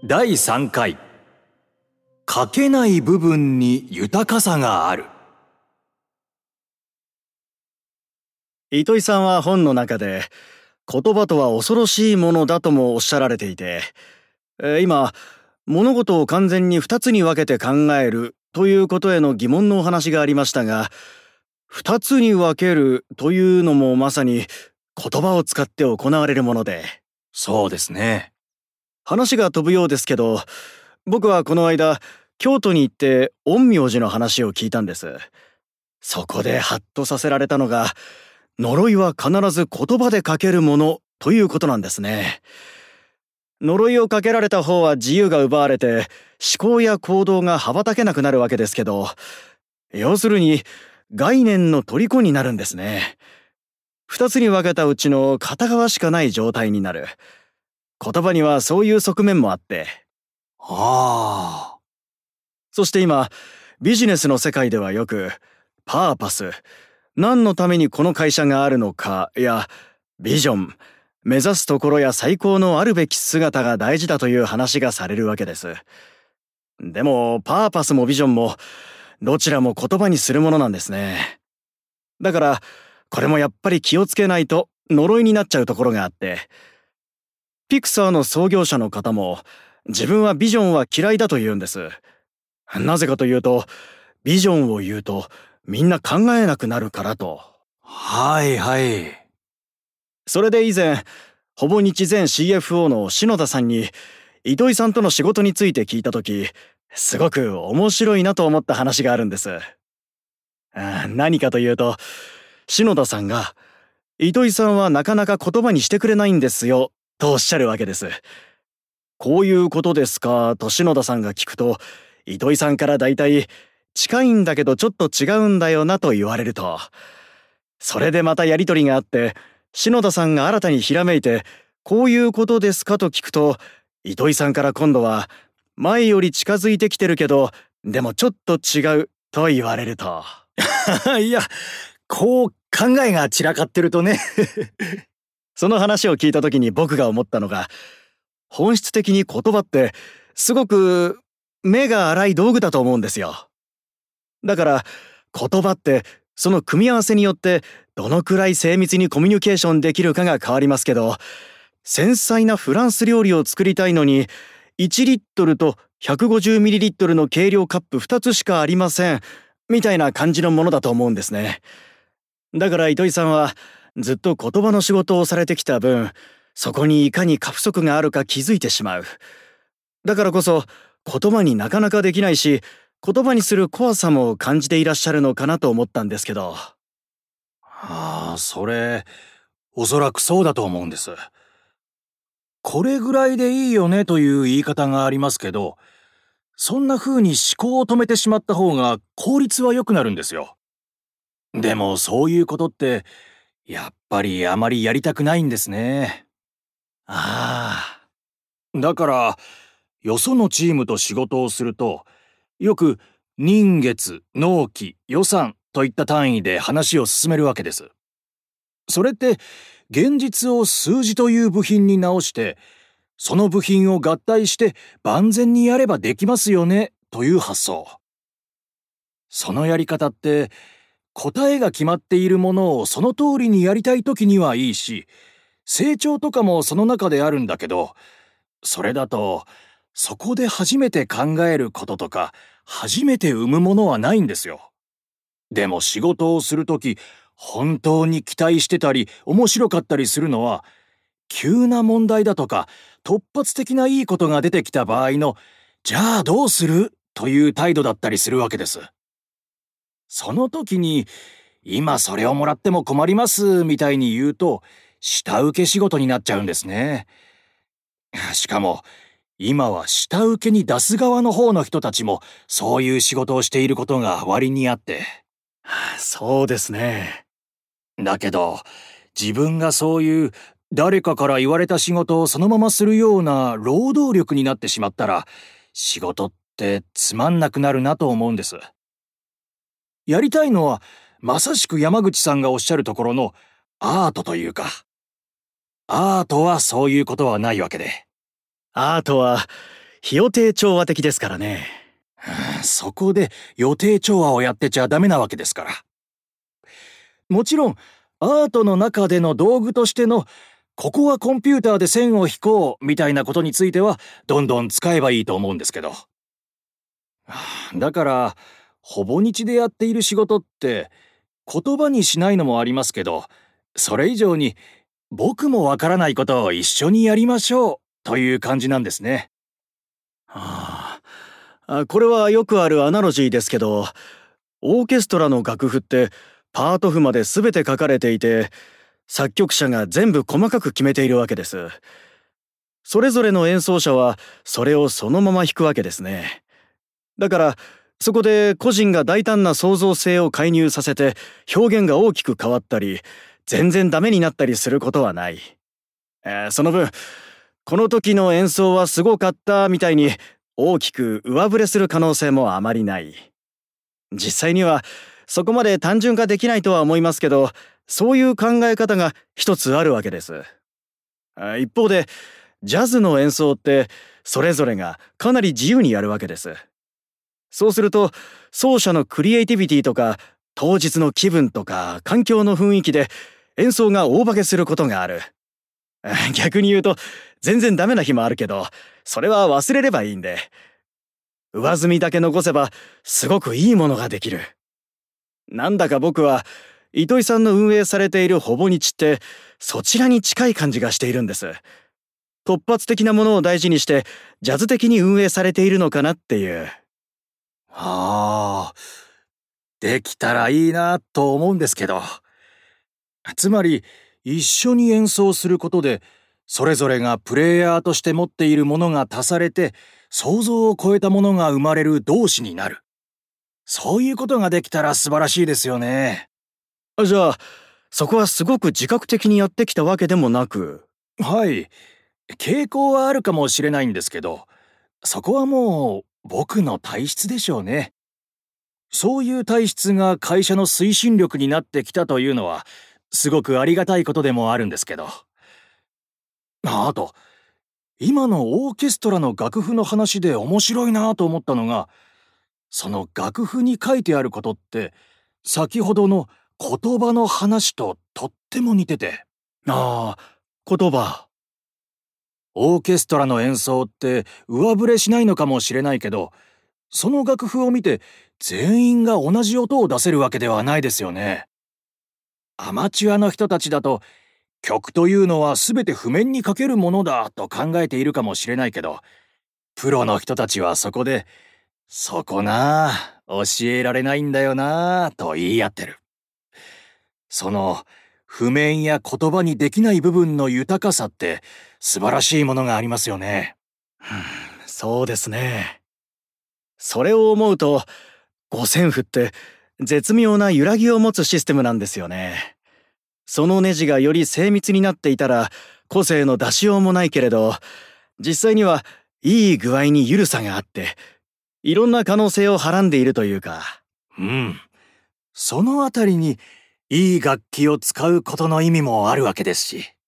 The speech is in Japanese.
第3回書けない部分に豊かさがある。 糸井さんは本の中で言葉とは恐ろしいものだともおっしゃられていて、今物事を完全に2つに分けて考えるということへの疑問のお話がありましたが、2つに分けるというのもまさに言葉を使って行われるもので。 そうですね。 話が飛ぶようですけど、僕はこの間京都に行って陰陽師の話を聞いたんです。そこでハッとさせられたのが、呪いは必ず言葉でかけるものということなんですね。呪いをかけられた方は自由が奪われて思考や行動が羽ばたけなくなるわけですけど、要するに概念の虜になるんですね。二つに分けたうちの片側しかない状態になる。言葉にはそういう側面もあって。そして今ビジネスの世界ではよくパーパス、何のためにこの会社があるのかやビジョン、目指すところや最高のあるべき姿が大事だという話がされるわけです。でもパーパスもビジョンもどちらも言葉にするものなんですね。だからこれもやっぱり気をつけないと呪いになっちゃうところがあって、ピクサーの創業者の方も自分はビジョンは嫌いだと言うんです。なぜかというと、ビジョンを言うとみんな考えなくなるからと。 はいはい。 それで以前ほぼ日前 CFO の篠田さんに糸井さんとの仕事について聞いたとき、すごく面白いなと思った話があるんです。何かというと、篠田さんが糸井さんはなかなか言葉にしてくれないんですよとおっしゃるわけです。こういうことですかと篠田さんが聞くと、糸井さんからだいたい近いんだけどちょっと違うんだよなと言われると、それでまたやりとりがあって篠田さんが新たにひらめいてこういうことですかと聞くと、糸井さんから今度は前より近づいてきてるけどでもちょっと違うと言われるといや、こう考えが散らかってるとね。 その話を聞いた時に僕が思ったのが、本質的に言葉ってすごく目が粗い道具だと思うんですよ。だから言葉ってその組み合わせによってどのくらい精密にコミュニケーションできるかが変わりますけど、繊細なフランス料理を作りたいのに1リットルと150ミリリットルの計量カップ2つしかありませんみたいな感じのものだと思うんですね。だから糸井さんはずっと言葉の仕事をされてきた分、そこにいかに過不足があるか気づいてしまう。だからこそ言葉になかなかできないし、言葉にする怖さも感じていらっしゃるのかなと思ったんですけど。 それおそらくそうだと思うんです。これぐらいでいいよねという言い方がありますけど、そんな風に思考を止めてしまった方が効率は良くなるんですよ。でもそういうことってやっぱりあまりやりたくないんですね。だからよそのチームと仕事をすると、よく年月、納期、予算といった単位で話を進めるわけです。それって現実を数字という部品に直して、その部品を合体して万全にやればできますよねという発想。そのやり方って答えが決まっているものをその通りにやりたい時にはいいし、成長とかもその中であるんだけど、それだとそこで初めて考えることとか初めて生むものはないんですよ。でも仕事をするとき本当に期待してたり面白かったりするのは、急な問題だとか突発的ないいことが出てきた場合のじゃあどうするという態度だったりするわけです。その時に今それをもらっても困りますみたいに言うと下請け仕事になっちゃうんですね。しかも今は下請けに出す側の方の人たちもそういう仕事をしていることが割にあって。 そうですね。 だけど自分がそういう誰かから言われた仕事をそのままするような労働力になってしまったら、仕事ってつまんなくなるなと思うんです。やりたいのはまさしく山口さんがおっしゃるところのアートというか、アートはそういうことはないわけで。 アートは費予定調和的ですからね。 そこで予定調和をやってちゃダメなわけですから。もちろんアートの中での道具としてのここはコンピューターで線を引こうみたいなことについてはどんどん使えばいいと思うんですけど。だからほぼ日でやっている仕事って言葉にしないのもありますけど、それ以上に僕もわからないことを一緒にやりましょうという感じなんですね。 これはよくあるアナロジーですけど、オーケストラの楽譜ってパート譜まで全て書かれていて、作曲者が全部細かく決めているわけです。それぞれの演奏者はそれをそのまま弾くわけですね。だからそこで個人が大胆な創造性を介入させて表現が大きく変わったり、全然ダメになったりすることはない。その分、この時の演奏はすごかったみたいに大きく上振れする可能性もあまりない。実際にはそこまで単純化できないとは思いますけど、そういう考え方が一つあるわけです。一方で、ジャズの演奏ってそれぞれがかなり自由にやるわけです。そうすると、奏者のクリエイティビティとか、当日の気分とか環境の雰囲気で演奏が大化けすることがある。逆に言うと、全然ダメな日もあるけど、それは忘れればいいんで。上積みだけ残せば、すごくいいものができる。なんだか僕は、糸井さんの運営されているほぼ日って、そちらに近い感じがしているんです。突発的なものを大事にして、ジャズ的に運営されているのかなっていう。 できたらいいなと思うんですけど。つまり、一緒に演奏することで、それぞれがプレイヤーとして持っているものが足されて、想像を超えたものが生まれる同志になる。そういうことができたら素晴らしいですよね。 じゃあ、そこはすごく自覚的にやってきたわけでもなく。 はい。傾向はあるかもしれないんですけど、そこはもう僕の体質でしょうね。そういう体質が会社の推進力になってきたというのは、すごくありがたいことでもあるんですけど。あと、今のオーケストラの楽譜の話で面白いなと思ったのが、その楽譜に書いてあることって、先ほどの言葉の話ととっても似てて。 言葉。 オーケストラの演奏って上振れしないのかもしれないけど、その楽譜を見て全員が同じ音を出せるわけではないですよね。アマチュアの人たちだと、曲というのは全て譜面に書けるものだと考えているかもしれないけど、プロの人たちはそこで、そこなあ、教えられないんだよなあと言い合ってる。その譜面や言葉にできない部分の豊かさって素晴らしいものがありますよね。 そうですね。それを思うと、五線譜って絶妙な揺らぎを持つシステムなんですよね。そのネジがより精密になっていたら個性の出しようもないけれど、実際にはいい具合に緩さがあって、いろんな可能性をはらんでいるというか。 そのあたりにいい楽器を使うことの意味もあるわけですし。